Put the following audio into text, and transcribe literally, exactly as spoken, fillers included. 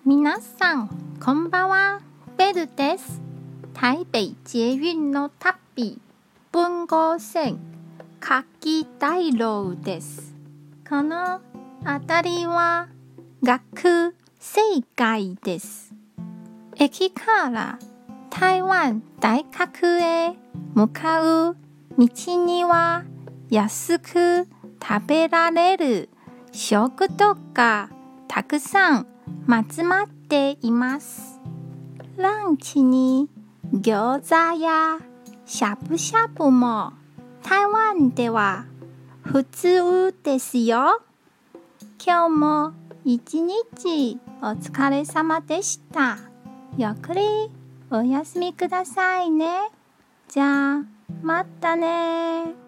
皆さん、こんばんは。ベルです。台北捷運の旅、文豪線、夏季大路です。この辺りは学生街です。駅から台湾大学へ向かう道には安く食べられる食堂がたくさん集まっています。ランチに餃子やしゃぶしゃぶも台湾では普通ですよ。今日も一日お疲れ様でした。ゆっくりお休みくださいね。じゃあ、またね。